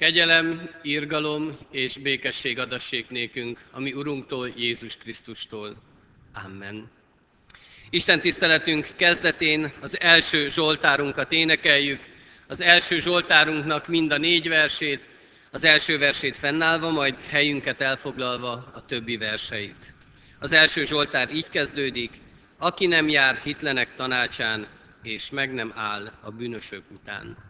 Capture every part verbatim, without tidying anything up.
Kegyelem, irgalom és békesség adassék nékünk, a mi Urunktól, Jézus Krisztustól. Amen. Isten tiszteletünk kezdetén az első zsoltárunkat énekeljük, az első zsoltárunknak mind a négy versét, az első versét fennállva, majd helyünket elfoglalva a többi verseit. Az első zsoltár így kezdődik: aki nem jár hitlenek tanácsán, és meg nem áll a bűnösök után.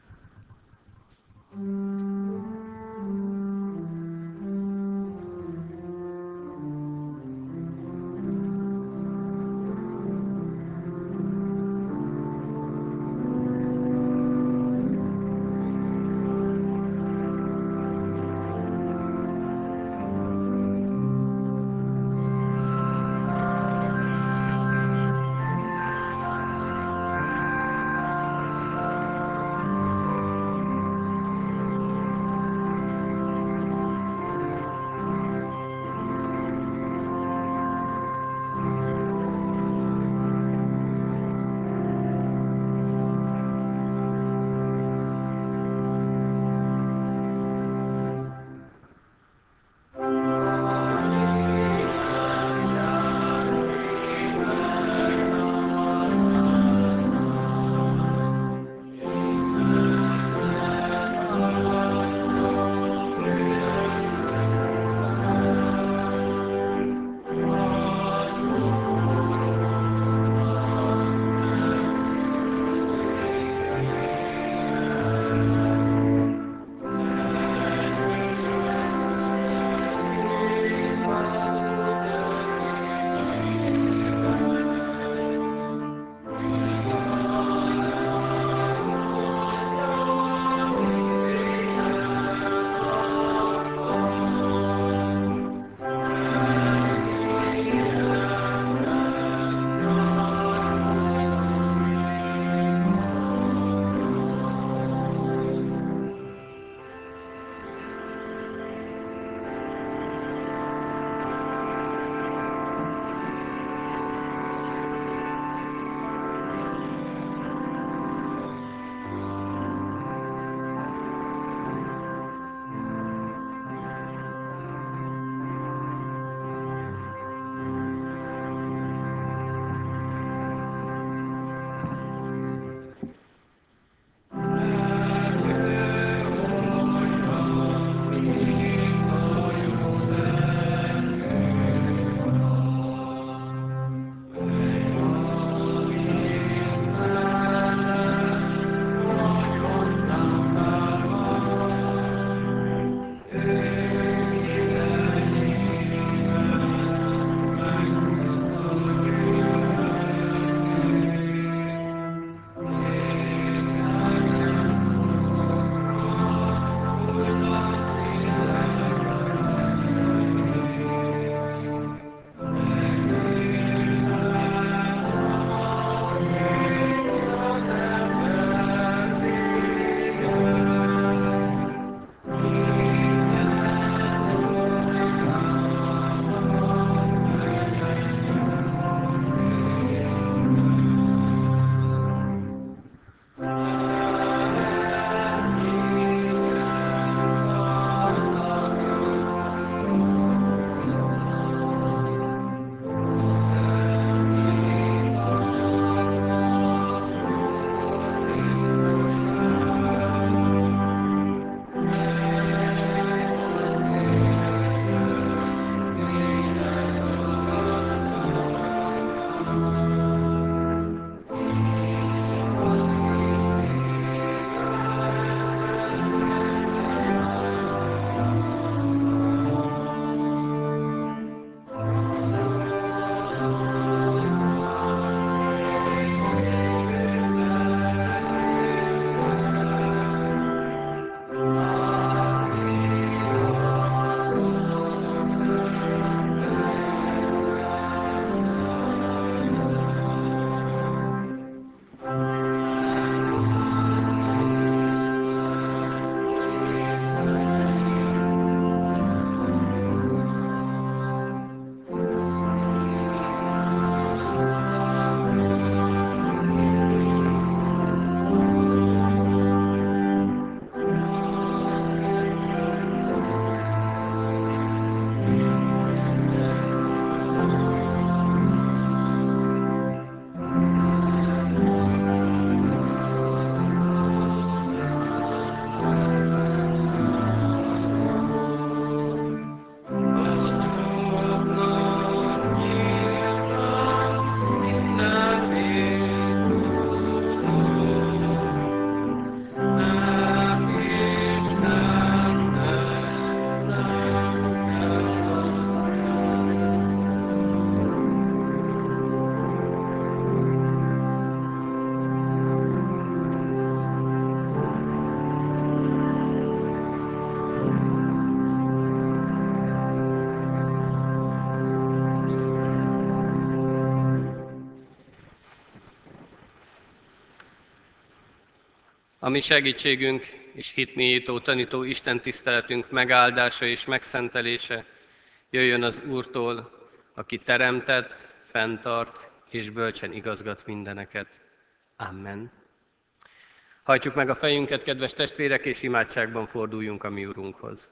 A mi segítségünk és hitmélyító tanító Isten tiszteletünk megáldása és megszentelése jöjjön az Úrtól, aki teremtett, fenntart és bölcsen igazgat mindeneket. Amen. Hajtsuk meg a fejünket, kedves testvérek, és imádságban forduljunk a mi Urunkhoz.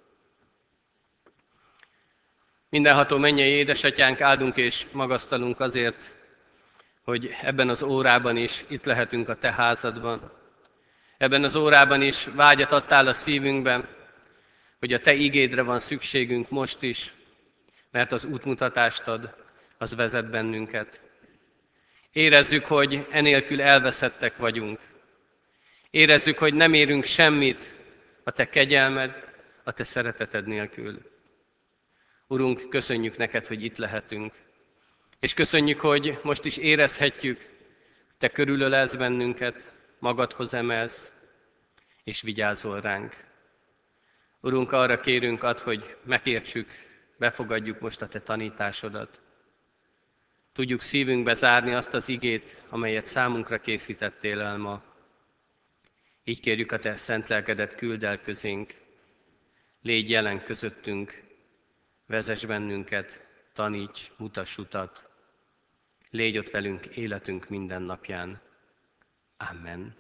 Mindenható mennyei édesatyánk, áldunk és magasztalunk azért, hogy ebben az órában is itt lehetünk a te házadban. Ebben az órában is vágyat adtál a szívünkben, hogy a te igédre van szükségünk most is, mert az útmutatást ad, az vezet bennünket. Érezzük, hogy enélkül elveszettek vagyunk. Érezzük, hogy nem érünk semmit a te kegyelmed, a te szereteted nélkül. Urunk, köszönjük neked, hogy itt lehetünk. És köszönjük, hogy most is érezhetjük, te körülölelsz bennünket, magadhoz emelsz, és vigyázol ránk. Urunk, arra kérünk ad, hogy megértsük, befogadjuk most a te tanításodat. Tudjuk szívünkbe zárni azt az igét, amelyet számunkra készítettél el ma. Így kérjük a te szent lelkedet, küld el közénk. Légy jelen közöttünk, vezess bennünket, taníts, mutass utat. Légy ott velünk életünk minden napján. Amen.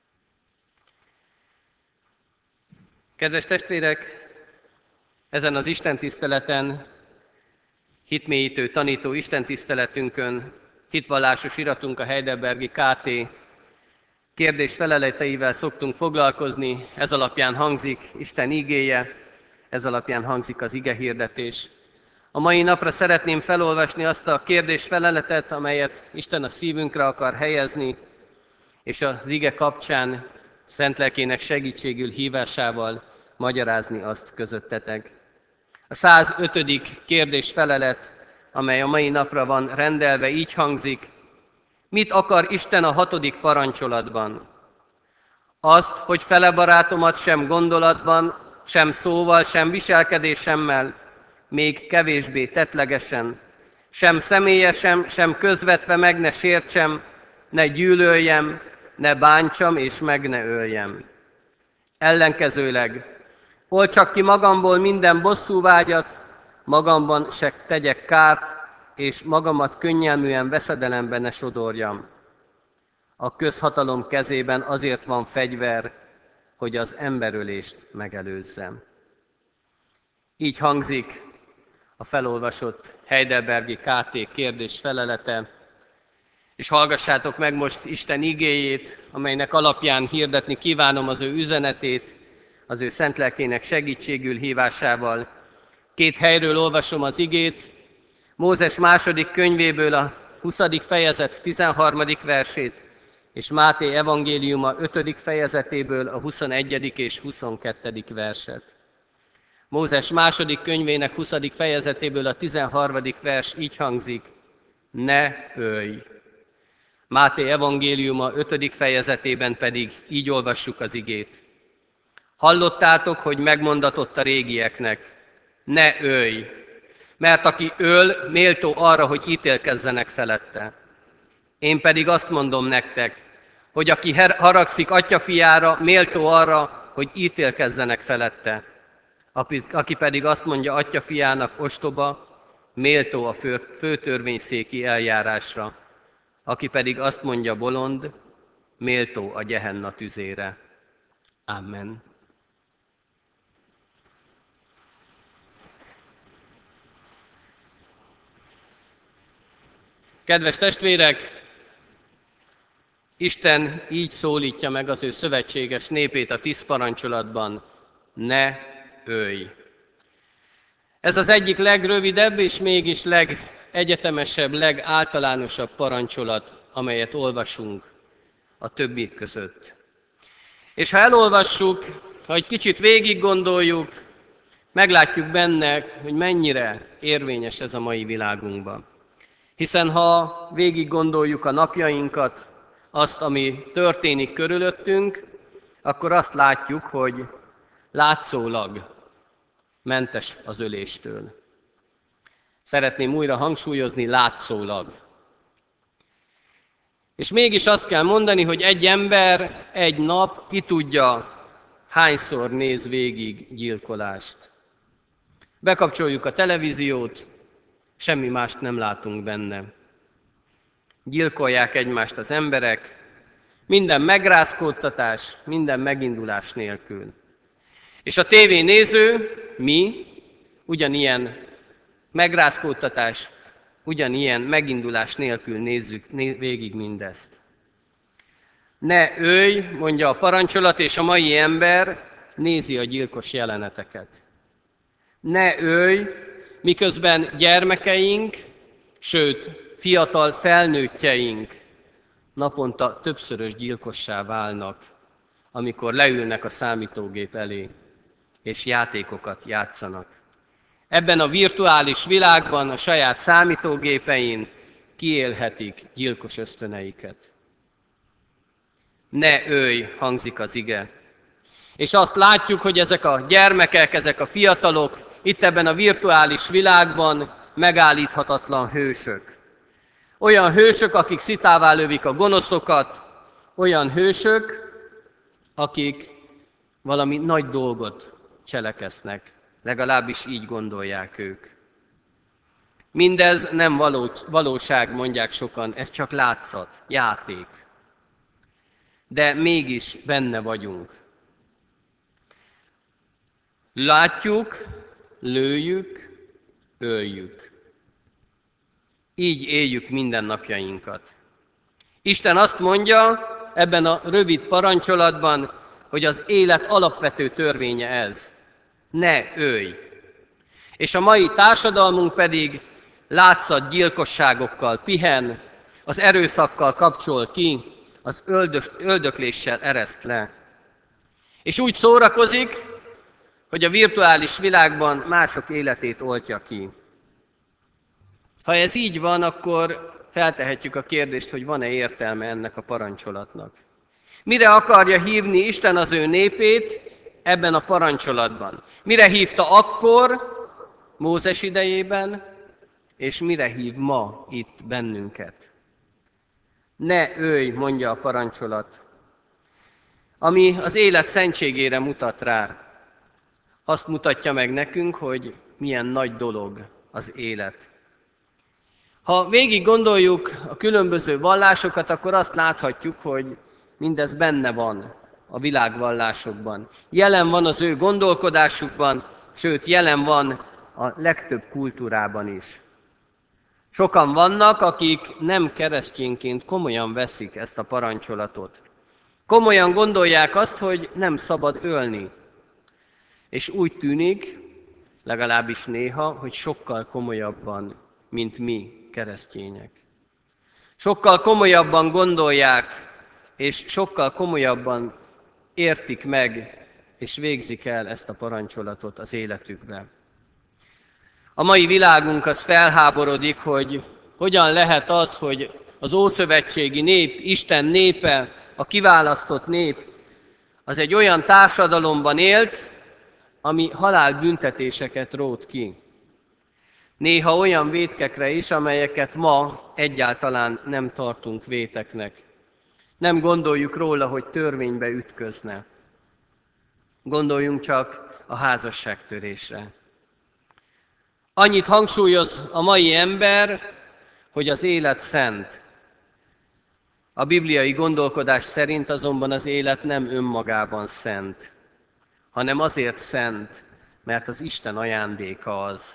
Kedves testvérek, ezen az istentiszteleten, hitmélyítő, tanító istentiszteletünkön, hitvallásos iratunk a Heidelbergi ká té kérdés feleleteivel szoktunk foglalkozni, ez alapján hangzik Isten igéje, ez alapján hangzik az igehirdetés. A mai napra szeretném felolvasni azt a kérdés feleletet, amelyet Isten a szívünkre akar helyezni, és az ige kapcsán szent lelkének segítségül hívásával magyarázni azt közöttetek. A százötödik kérdés felelet, amely a mai napra van rendelve, így hangzik: mit akar Isten a hatodik parancsolatban? Azt, hogy fele barátomat sem gondolatban, sem szóval, sem viselkedésemmel, még kevésbé tettlegesen, sem személyesen, sem közvetve meg ne sértsem, ne gyűlöljem, ne bántsam és meg ne öljem. Ellenkezőleg, oltsak ki magamból minden bosszúvágyat, magamban se tegyek kárt, és magamat könnyelműen veszedelembe ne sodorjam. A közhatalom kezében azért van fegyver, hogy az emberölést megelőzzem. Így hangzik a felolvasott Heidelbergi ká té kérdés felelete, és hallgassátok meg most Isten igéjét, amelynek alapján hirdetni kívánom az ő üzenetét, az ő szent lelkének segítségül hívásával. Két helyről olvasom az igét, Mózes második könyvéből a huszadik fejezet tizenharmadik versét, és Máté evangéliuma ötödik fejezetéből a huszonegyedik és huszonkettedik verset. Mózes második könyvének huszadik fejezetéből a tizenharmadik vers így hangzik: ne ölj! Máté evangéliuma ötödik fejezetében pedig így olvassuk az igét. Hallottátok, hogy megmondatott a régieknek: ne ölj! Mert aki öl, méltó arra, hogy ítélkezzenek felette. Én pedig azt mondom nektek, hogy aki haragszik atyafiára, méltó arra, hogy ítélkezzenek felette. Aki pedig azt mondja atyafiának, ostoba, méltó a fő, főtörvényszéki eljárásra. Aki pedig azt mondja bolond, méltó a Gehenna tüzére. Amen. Kedves testvérek, Isten így szólítja meg az ő szövetséges népét a tíz parancsolatban: ne ölj! Ez az egyik legrövidebb és mégis legegyetemesebb, legáltalánosabb parancsolat, amelyet olvasunk a többi között. És ha elolvassuk, ha egy kicsit végig gondoljuk, meglátjuk benne, hogy mennyire érvényes ez a mai világunkban. Hiszen ha végig gondoljuk a napjainkat, azt, ami történik körülöttünk, akkor azt látjuk, hogy látszólag mentes az öléstől. Szeretném újra hangsúlyozni, látszólag. És mégis azt kell mondani, hogy egy ember egy nap ki tudja, hányszor néz végig gyilkolást. Bekapcsoljuk a televíziót, semmi mást nem látunk benne. Gyilkolják egymást az emberek, minden megrázkódtatás, minden megindulás nélkül. És a tévénéző, mi, ugyanilyen megrázkódtatás, ugyanilyen megindulás nélkül nézzük végig mindezt. Ne ölj, mondja a parancsolat, és a mai ember nézi a gyilkos jeleneteket. Ne ölj, miközben gyermekeink, sőt, fiatal felnőttjeink naponta többszörös gyilkossá válnak, amikor leülnek a számítógép elé, és játékokat játszanak. Ebben a virtuális világban, a saját számítógépein kiélhetik gyilkos ösztöneiket. Ne ölj, hangzik az ige. És azt látjuk, hogy ezek a gyermekek, ezek a fiatalok itt ebben a virtuális világban megállíthatatlan hősök. Olyan hősök, akik szitává lövik a gonoszokat, olyan hősök, akik valami nagy dolgot cselekeznek, legalábbis így gondolják ők. Mindez nem való, valóság, mondják sokan, ez csak látszat, játék. De mégis benne vagyunk. Látjuk, lőjük, öljük. Így éljük mindennapjainkat. Isten azt mondja ebben a rövid parancsolatban, hogy az élet alapvető törvénye ez. Ne ölj! És a mai társadalmunk pedig látszat gyilkosságokkal pihen, az erőszakkal kapcsol ki, az öldös, öldökléssel ereszt le. És úgy szórakozik, hogy a virtuális világban mások életét oltja ki. Ha ez így van, akkor feltehetjük a kérdést, hogy van-e értelme ennek a parancsolatnak. Mire akarja hívni Isten az ő népét ebben a parancsolatban? Mire hívta akkor, Mózes idejében, és mire hív ma itt bennünket? Ne ölj, mondja a parancsolat, ami az élet szentségére mutat rá. Azt mutatja meg nekünk, hogy milyen nagy dolog az élet. Ha végig gondoljuk a különböző vallásokat, akkor azt láthatjuk, hogy mindez benne van a világvallásokban. Jelen van az ő gondolkodásukban, sőt, jelen van a legtöbb kultúrában is. Sokan vannak, akik nem keresztényként komolyan veszik ezt a parancsolatot. Komolyan gondolják azt, hogy nem szabad ölni. És úgy tűnik, legalábbis néha, hogy sokkal komolyabban, mint mi keresztények. Sokkal komolyabban gondolják, és sokkal komolyabban értik meg, és végzik el ezt a parancsolatot az életükbe. A mai világunk az felháborodik, hogy hogyan lehet az, hogy az ószövetségi nép, Isten népe, a kiválasztott nép, az egy olyan társadalomban élt, ami halálbüntetéseket rótt ki. Néha olyan vétkekre is, amelyeket ma egyáltalán nem tartunk véteknek. Nem gondoljuk róla, hogy törvénybe ütközne. Gondoljunk csak a házasságtörésre. Annyit hangsúlyoz a mai ember, hogy az élet szent. A bibliai gondolkodás szerint azonban az élet nem önmagában szent, hanem azért szent, mert az Isten ajándéka az.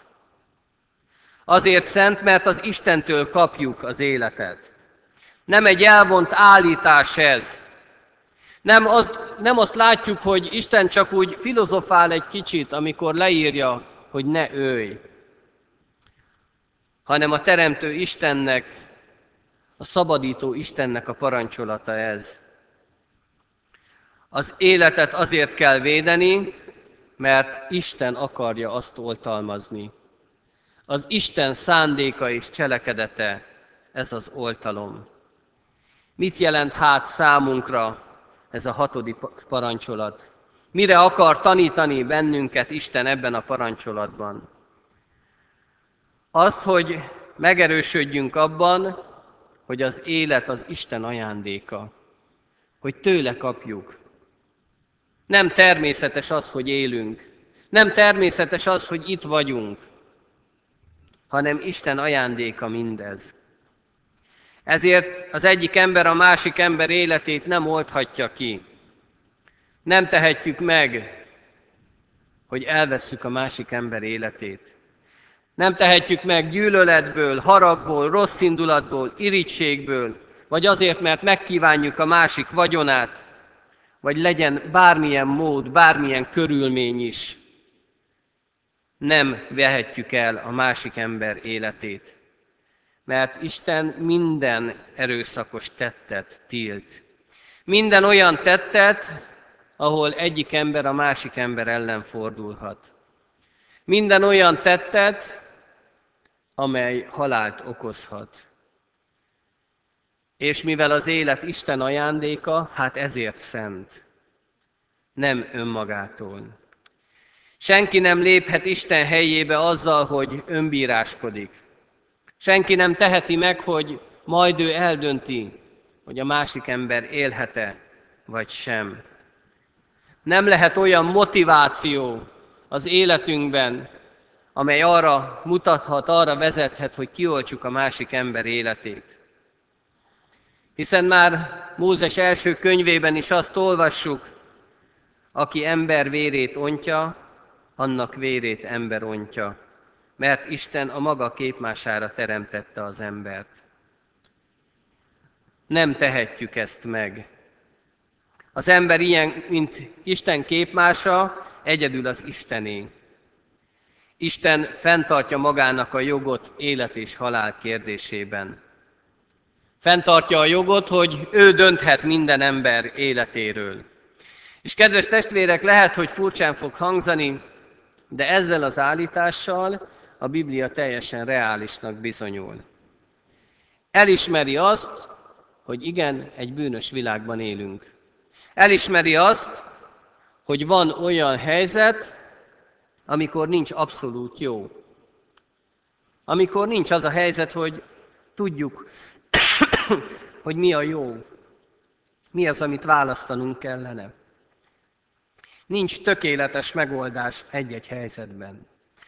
Azért szent, mert az Istentől kapjuk az életet. Nem egy elvont állítás ez. Nem azt, nem azt látjuk, hogy Isten csak úgy filozofál egy kicsit, amikor leírja, hogy ne ölj, hanem a Teremtő Istennek, a szabadító Istennek a parancsolata ez. Az életet azért kell védeni, mert Isten akarja azt oltalmazni. Az Isten szándéka és cselekedete ez az oltalom. Mit jelent hát számunkra ez a hatodik parancsolat? Mire akar tanítani bennünket Isten ebben a parancsolatban? Azt, hogy megerősödjünk abban, hogy az élet az Isten ajándéka, hogy tőle kapjuk. Nem természetes az, hogy élünk. Nem természetes az, hogy itt vagyunk, hanem Isten ajándéka mindez. Ezért az egyik ember a másik ember életét nem oldhatja ki. Nem tehetjük meg, hogy elvesszük a másik ember életét. Nem tehetjük meg gyűlöletből, haragból, rossz indulatból, irigységből, vagy azért, mert megkívánjuk a másik vagyonát, vagy legyen bármilyen mód, bármilyen körülmény is. Nem vehetjük el a másik ember életét, mert Isten minden erőszakos tettet tilt. Minden olyan tettet, ahol egyik ember a másik ember ellen fordulhat. Minden olyan tettet, amely halált okozhat. És mivel az élet Isten ajándéka, hát ezért szent. Nem önmagától. Senki nem léphet Isten helyébe azzal, hogy önbíráskodik. Senki nem teheti meg, hogy majd ő eldönti, hogy a másik ember élhet-e, vagy sem. Nem lehet olyan motiváció az életünkben, amely arra mutathat, arra vezethet, hogy kioltsuk a másik ember életét. Hiszen már Mózes első könyvében is azt olvassuk, aki ember vérét ontja, annak vérét ember ontja, mert Isten a maga képmására teremtette az embert. Nem tehetjük ezt meg. Az ember ilyen, mint Isten képmása, egyedül az Istené. Isten fenntartja magának a jogot élet és halál kérdésében. Fenntartja a jogot, hogy ő dönthet minden ember életéről. És kedves testvérek, lehet, hogy furcsán fog hangzani, de ezzel az állítással a Biblia teljesen reálisnak bizonyul. Elismeri azt, hogy igen, egy bűnös világban élünk. Elismeri azt, hogy van olyan helyzet, amikor nincs abszolút jó. Amikor nincs az a helyzet, hogy tudjuk, hogy mi a jó. Mi az, amit választanunk kellene. Nincs tökéletes megoldás egy-egy helyzetben.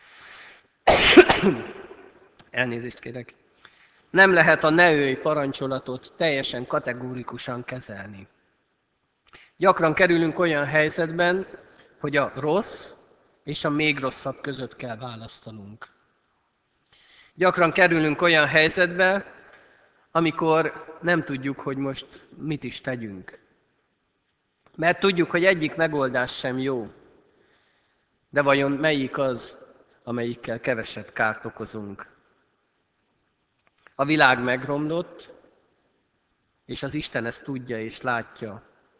Elnézést kérek. Nem lehet a ne ölj parancsolatot teljesen kategórikusan kezelni. Gyakran kerülünk olyan helyzetben, hogy a rossz és a még rosszabb között kell választanunk. Gyakran kerülünk olyan helyzetbe, amikor nem tudjuk, hogy most mit is tegyünk. Mert tudjuk, hogy egyik megoldás sem jó. De vajon melyik az, amelyikkel kevesebb kárt okozunk? A világ megromlott, és az Isten ezt tudja és látja.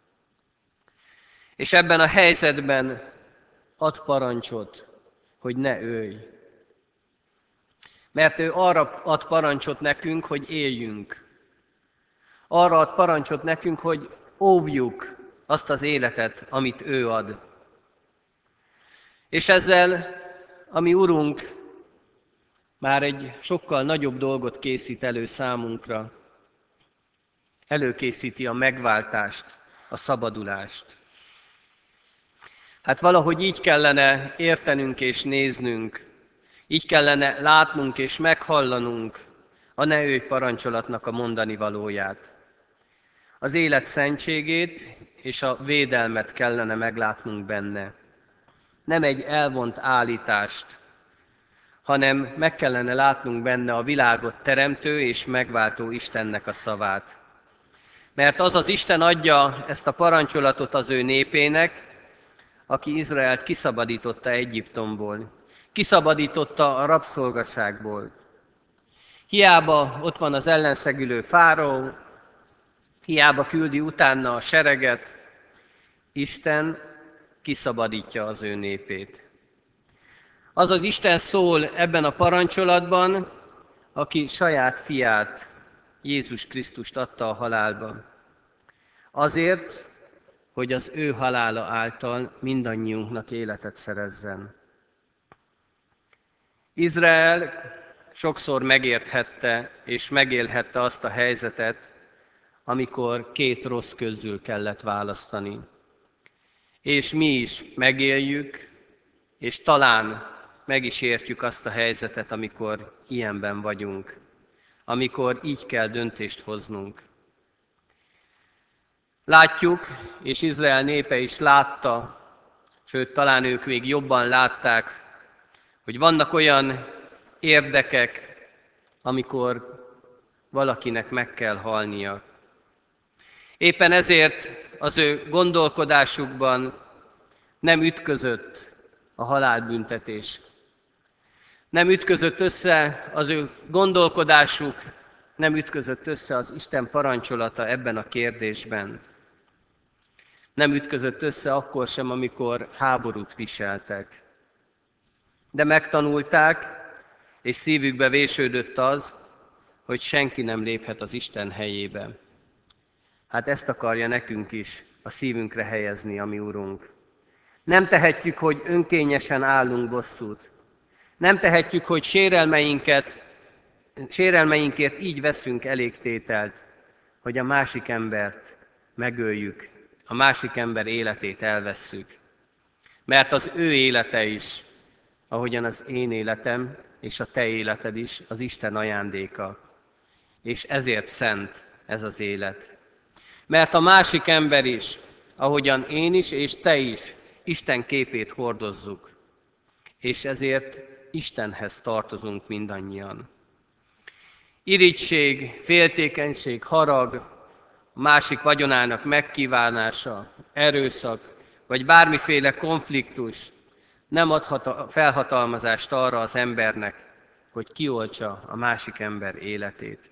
És ebben a helyzetben ad parancsot, hogy ne ölj. Mert ő arra ad parancsot nekünk, hogy éljünk. Arra ad parancsot nekünk, hogy óvjuk azt az életet, amit ő ad. És ezzel a mi Urunk már egy sokkal nagyobb dolgot készít elő számunkra. Előkészíti a megváltást, a szabadulást. Hát valahogy így kellene értenünk és néznünk, így kellene látnunk és meghallanunk a ne ölj parancsolatnak a mondani valóját. Az élet szentségét és a védelmet kellene meglátnunk benne. Nem egy elvont állítást, hanem meg kellene látnunk benne a világot teremtő és megváltó Istennek a szavát. Mert az az Isten adja ezt a parancsolatot az ő népének, aki Izraelt kiszabadította Egyiptomból, kiszabadította a rabszolgaságból. Hiába ott van az ellenszegülő fáraó, hiába küldi utána a sereget, Isten kiszabadítja az ő népét. Az az Isten szól ebben a parancsolatban, aki saját fiát, Jézus Krisztust adta a halálba. Azért, hogy az ő halála által mindannyiunknak életet szerezzen. Izrael sokszor megérthette és megélhette azt a helyzetet, amikor két rossz közül kellett választani. És mi is megéljük, és talán meg is értjük azt a helyzetet, amikor ilyenben vagyunk, amikor így kell döntést hoznunk. Látjuk, és Izrael népe is látta, sőt, talán ők még jobban látták, hogy vannak olyan érdekek, amikor valakinek meg kell halnia. Éppen ezért az ő gondolkodásukban nem ütközött a halálbüntetés. Nem ütközött össze az ő gondolkodásuk, nem ütközött össze az Isten parancsolata ebben a kérdésben. Nem ütközött össze akkor sem, amikor háborút viseltek. De megtanulták, és szívükbe vésődött az, hogy senki nem léphet az Isten helyébe. Hát ezt akarja nekünk is a szívünkre helyezni a mi Urunk. Nem tehetjük, hogy önkényesen állunk bosszút. Nem tehetjük, hogy sérelmeinket, sérelmeinkért így veszünk elégtételt, hogy a másik embert megöljük, a másik ember életét elvesszük. Mert az ő élete is, ahogyan az én életem és a te életed is az Isten ajándéka. És ezért szent ez az élet. Mert a másik ember is, ahogyan én is és te is, Isten képét hordozzuk. És ezért Istenhez tartozunk mindannyian. Irigység, féltékenység, harag, a másik vagyonának megkívánása, erőszak, vagy bármiféle konfliktus nem adhat felhatalmazást arra az embernek, hogy kioltsa a másik ember életét.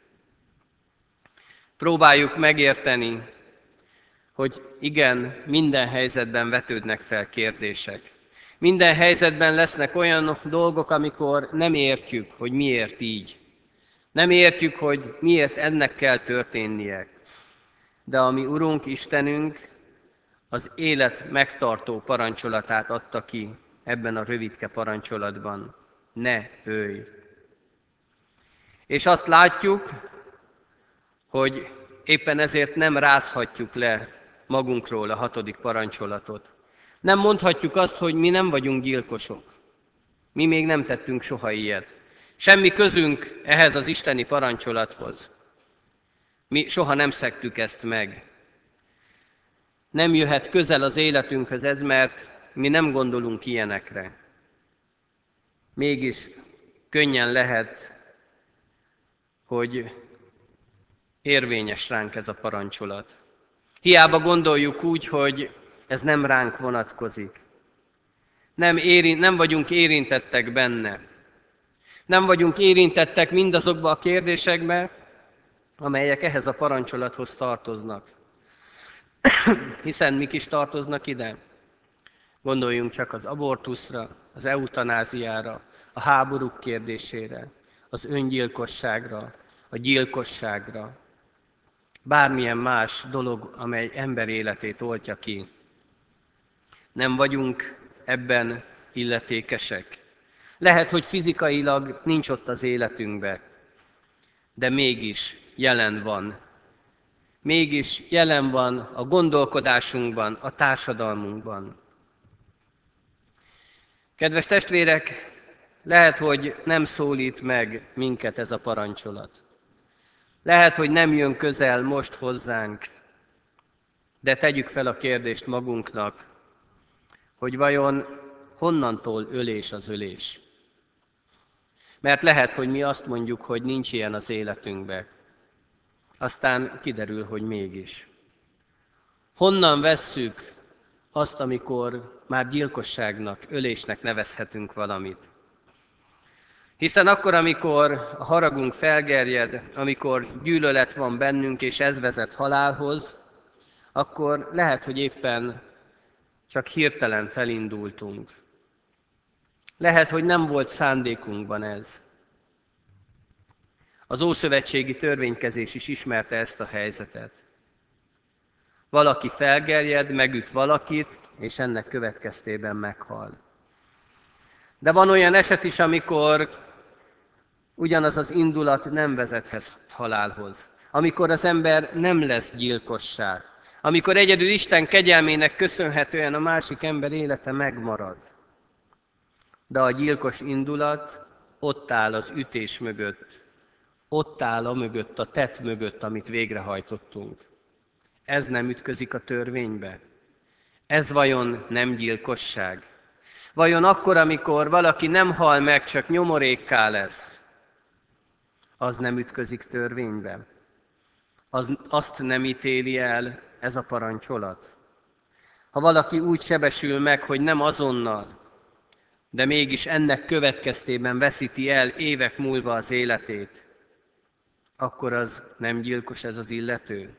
Próbáljuk megérteni, hogy igen, minden helyzetben vetődnek fel kérdések. Minden helyzetben lesznek olyan dolgok, amikor nem értjük, hogy miért így. Nem értjük, hogy miért ennek kell történnie. De a mi Urunk, Istenünk az élet megtartó parancsolatát adta ki ebben a rövidke parancsolatban. Ne ölj! És azt látjuk, hogy éppen ezért nem rázhatjuk le magunkról a hatodik parancsolatot. Nem mondhatjuk azt, hogy mi nem vagyunk gyilkosok. Mi még nem tettünk soha ilyet. Semmi közünk ehhez az isteni parancsolathoz. Mi soha nem szegtük ezt meg. Nem jöhet közel az életünkhöz ez, mert mi nem gondolunk ilyenekre. Mégis könnyen lehet, hogy érvényes ránk ez a parancsolat. Hiába gondoljuk úgy, hogy ez nem ránk vonatkozik. Nem, érint, nem vagyunk érintettek benne. Nem vagyunk érintettek mindazokba a kérdésekbe, amelyek ehhez a parancsolathoz tartoznak. Hiszen mik is tartoznak ide? Gondoljunk csak az abortuszra, az eutanáziára, a háborúk kérdésére, az öngyilkosságra, a gyilkosságra. Bármilyen más dolog, amely ember életét oltja ki. Nem vagyunk ebben illetékesek. Lehet, hogy fizikailag nincs ott az életünkben, de mégis jelen van. Mégis jelen van a gondolkodásunkban, a társadalmunkban. Kedves testvérek, lehet, hogy nem szólít meg minket ez a parancsolat. Lehet, hogy nem jön közel most hozzánk, de tegyük fel a kérdést magunknak, hogy vajon honnantól ölés az ölés. Mert lehet, hogy mi azt mondjuk, hogy nincs ilyen az életünkben. Aztán kiderül, hogy mégis. Honnan vesszük azt, amikor már gyilkosságnak, ölésnek nevezhetünk valamit? Hiszen akkor, amikor a haragunk felgerjed, amikor gyűlölet van bennünk, és ez vezet halálhoz, akkor lehet, hogy éppen csak hirtelen felindultunk. Lehet, hogy nem volt szándékunkban ez. Az ószövetségi törvénykezés is ismerte ezt a helyzetet. Valaki felgerjed, megüt valakit, és ennek következtében meghal. De van olyan eset is, amikor Ugyanaz az indulat nem vezethet halálhoz. Amikor az ember nem lesz gyilkossá, amikor egyedül Isten kegyelmének köszönhetően a másik ember élete megmarad. De a gyilkos indulat ott áll az ütés mögött, ott áll a mögött, a tett mögött, amit végrehajtottunk. Ez nem ütközik a törvénybe? Ez vajon nem gyilkosság? Vajon akkor, amikor valaki nem hal meg, csak nyomorékká lesz, az nem ütközik törvénybe? Az, azt nem ítéli el ez a parancsolat? Ha valaki úgy sebesül meg, hogy nem azonnal, de mégis ennek következtében veszíti el évek múlva az életét, akkor az nem gyilkos ez az illető?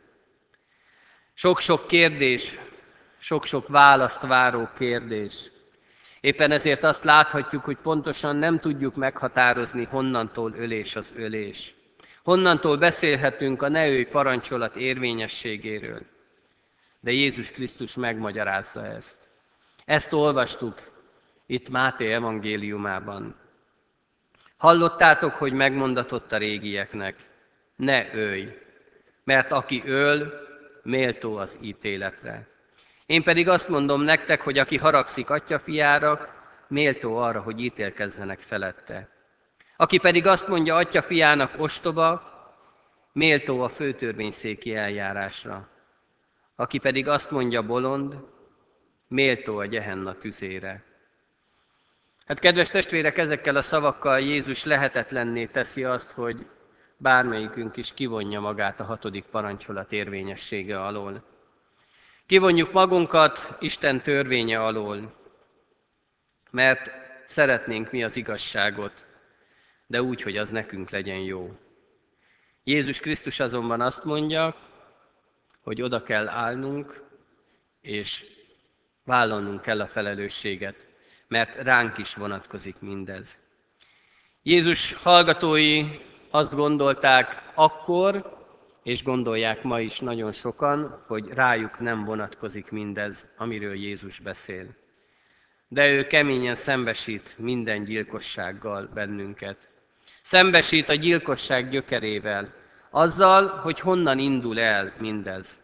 Sok-sok kérdés, sok-sok választ váró kérdés. Éppen ezért azt láthatjuk, hogy pontosan nem tudjuk meghatározni, honnantól ölés az ölés. Honnantól beszélhetünk a ne ölj parancsolat érvényességéről. De Jézus Krisztus megmagyarázza ezt. Ezt olvastuk itt Máté evangéliumában. Hallottátok, hogy megmondatott a régieknek, ne ölj, mert aki öl, méltó az ítéletre. Én pedig azt mondom nektek, hogy aki haragszik atyafiára, méltó arra, hogy ítélkezzenek felette. Aki pedig azt mondja atyafiának ostoba, méltó a főtörvényszéki eljárásra. Aki pedig azt mondja bolond, méltó a gyehenna tüzére. Hát kedves testvérek, ezekkel a szavakkal Jézus lehetetlenné teszi azt, hogy bármelyikünk is kivonja magát a hatodik parancsolat érvényessége alól. Kivonjuk magunkat Isten törvénye alól, mert szeretnénk mi az igazságot, de úgy, hogy az nekünk legyen jó. Jézus Krisztus azonban azt mondja, hogy oda kell állnunk, és vállalnunk kell a felelősséget, mert ránk is vonatkozik mindez. Jézus hallgatói azt gondolták akkor, és gondolják ma is nagyon sokan, hogy rájuk nem vonatkozik mindez, amiről Jézus beszél. De ő keményen szembesít minden gyilkossággal bennünket. Szembesít a gyilkosság gyökerével, azzal, hogy honnan indul el mindez.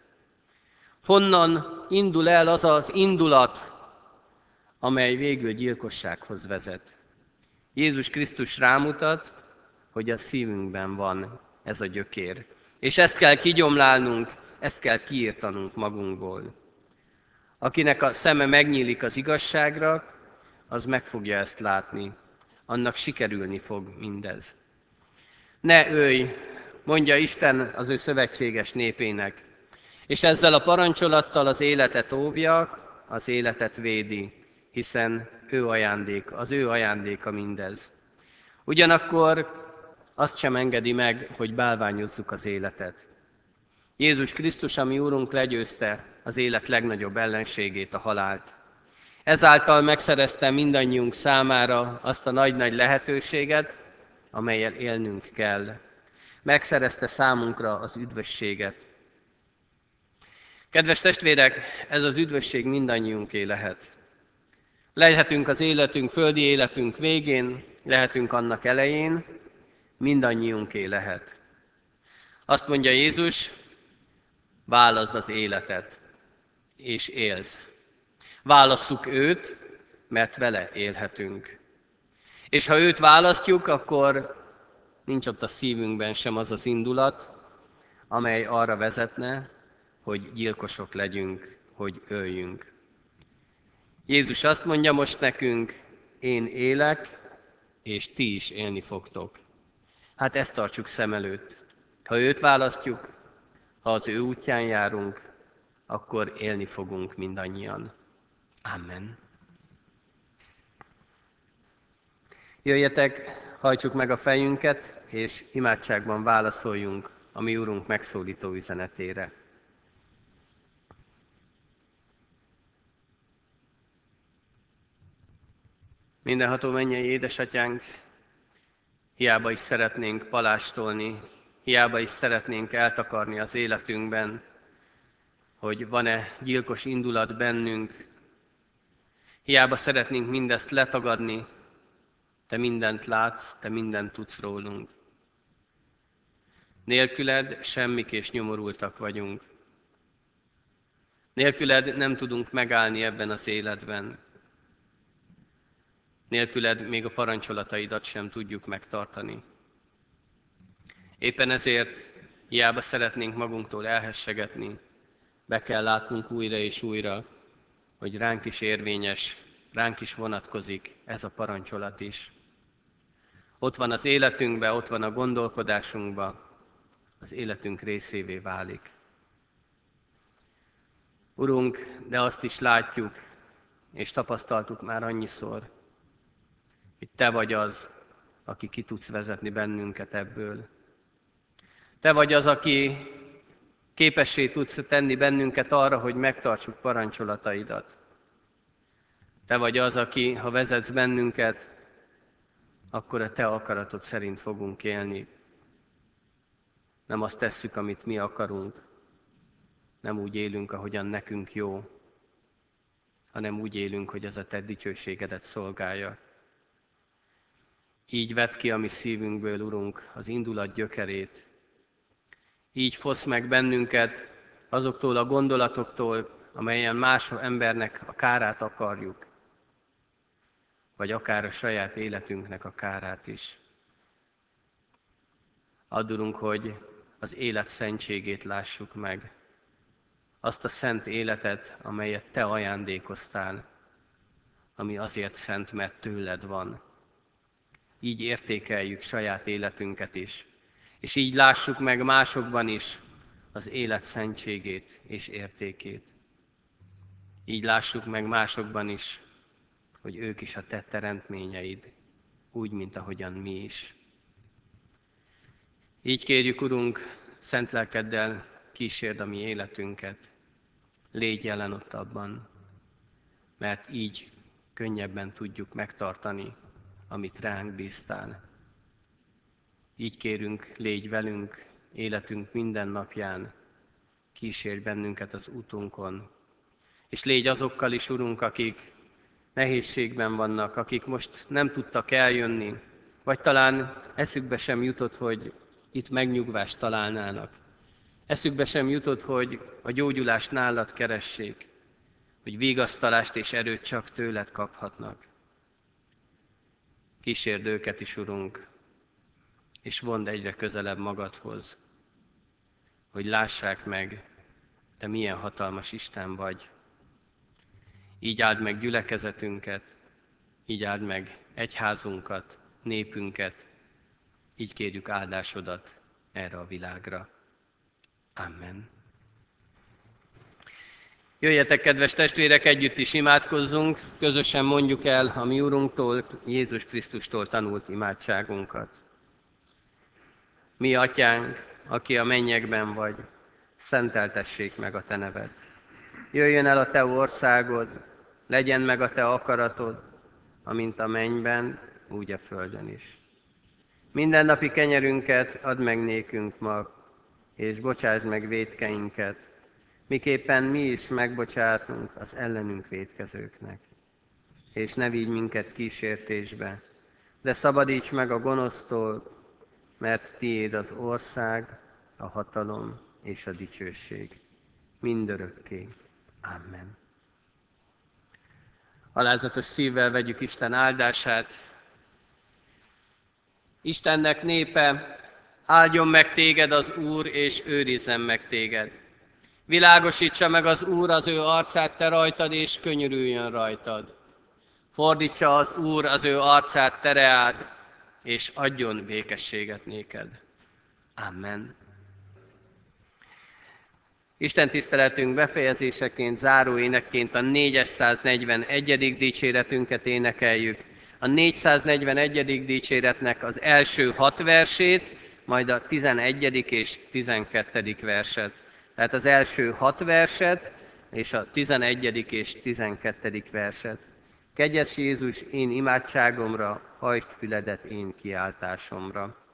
Honnan indul el az az indulat, amely végül gyilkossághoz vezet. Jézus Krisztus rámutat, hogy a szívünkben van ez a gyökér. És ezt kell kigyomlálnunk, ezt kell kiírtanunk magunkból. Akinek a szeme megnyílik az igazságra, az meg fogja ezt látni. Annak sikerülni fog mindez. Ne ölj, mondja Isten az ő szövetséges népének, és ezzel a parancsolattal az életet óvja, az életet védi, hiszen ő ajándék, az ő ajándéka mindez. Ugyanakkor azt sem engedi meg, hogy bálványozzuk az életet. Jézus Krisztus, a mi Úrunk legyőzte az élet legnagyobb ellenségét, a halált. Ezáltal megszerezte mindannyiunk számára azt a nagy-nagy lehetőséget, amellyel élnünk kell. Megszerezte számunkra az üdvösséget. Kedves testvérek, ez az üdvösség mindannyiunké lehet. Lehetünk az életünk, földi életünk végén, lehetünk annak elején, mindannyiunké lehet. Azt mondja Jézus, válaszd az életet, és élsz. Válasszuk őt, mert vele élhetünk. És ha őt választjuk, akkor nincs ott a szívünkben sem az az indulat, amely arra vezetne, hogy gyilkosok legyünk, hogy öljünk. Jézus azt mondja most nekünk, én élek, és ti is élni fogtok. Hát ezt tartsuk szem előtt. Ha őt választjuk, ha az ő útján járunk, akkor élni fogunk mindannyian. Amen. Jöjjetek, hajtsuk meg a fejünket, és imádságban válaszoljunk a mi Urunk megszólító üzenetére. Mindenható mennyei édesatyánk, hiába is szeretnénk palástolni, hiába is szeretnénk eltakarni az életünkben, hogy van-e gyilkos indulat bennünk, hiába szeretnénk mindezt letagadni, Te mindent látsz, te mindent tudsz rólunk. Nélküled semmik és nyomorultak vagyunk. Nélküled nem tudunk megállni ebben az életben. Nélküled még a parancsolataidat sem tudjuk megtartani. Éppen ezért hiába szeretnénk magunktól elhessegetni, be kell látnunk újra és újra, hogy ránk is érvényes, ránk is vonatkozik ez a parancsolat is. Ott van az életünkben, ott van a gondolkodásunkban, az életünk részévé válik. Urunk, de azt is látjuk, és tapasztaltuk már annyiszor, hogy Te vagy az, aki ki tudsz vezetni bennünket ebből. Te vagy az, aki képessé tudsz tenni bennünket arra, hogy megtartsuk parancsolataidat. Te vagy az, aki, ha vezetsz bennünket, akkor a Te akaratod szerint fogunk élni. Nem azt tesszük, amit mi akarunk, nem úgy élünk, ahogyan nekünk jó, hanem úgy élünk, hogy ez a Te dicsőségedet szolgálja. Így vedd ki a mi szívünkből, Urunk, az indulat gyökerét. Így fosz meg bennünket azoktól a gondolatoktól, amelyen más embernek a kárát akarjuk, vagy akár a saját életünknek a kárát is. Add, Urunk, hogy az élet szentségét lássuk meg, azt a szent életet, amelyet Te ajándékoztál, ami azért szent, mert tőled van. Így értékeljük saját életünket is, és így lássuk meg másokban is az élet szentségét és értékét. Így lássuk meg másokban is, hogy ők is a Te teremtményeid, úgy, mint ahogyan mi is. Így kérjük, Urunk, szent lelkeddel kísérd a mi életünket, légy jelen ott abban, mert így könnyebben tudjuk megtartani, amit ránk bíztál. Így kérünk, légy velünk életünk minden napján, kísérj bennünket az útunkon, és légy azokkal is, Urunk, akik nehézségben vannak, akik most nem tudtak eljönni, vagy talán eszükbe sem jutott, hogy itt megnyugvást találnának. Eszükbe sem jutott, hogy a gyógyulást nálad keressék, hogy vigasztalást és erőt csak tőled kaphatnak. Kísérd őket is, Urunk, és vond egyre közelebb magadhoz, hogy lássák meg, Te milyen hatalmas Isten vagy. Így áld meg gyülekezetünket, így áld meg egyházunkat, népünket, így kérjük áldásodat erre a világra. Amen. Jöjjetek, kedves testvérek, együtt is imádkozzunk, közösen mondjuk el a mi Urunktól, Jézus Krisztustól tanult imádságunkat. Mi Atyánk, aki a mennyekben vagy, szenteltessék meg a Te neved. Jöjjön el a Te országod, legyen meg a Te akaratod, amint a mennyben, úgy a földön is. Mindennapi kenyerünket add meg nékünk ma, és bocsásd meg vétkeinket, miképpen mi is megbocsátunk az ellenünk vétkezőknek. És ne vigy minket kísértésbe, de szabadíts meg a gonosztól, mert tiéd az ország, a hatalom és a dicsőség mindörökké. Amen. Alázatos szívvel vegyük Isten áldását. Istennek népe, áldjon meg téged az Úr, és őrizzen meg téged. Világosítsa meg az Úr az ő arcát te rajtad, és könyörüljön rajtad. Fordítsa az Úr az ő arcát te reád, és adjon békességet néked. Amen. Isten tiszteletünk befejezéseként, záró énekként a négyszáznegyvenegyedik dicséretünket énekeljük. A négyszáznegyvenegyedik dicséretnek az első hat versét, majd a tizenegyedik és tizenkettedik verset. Tehát az első hat verset, és a tizenegyedik és tizenkettedik verset. Kegyes Jézus, én imádságomra, hajtsd füledet én kiáltásomra.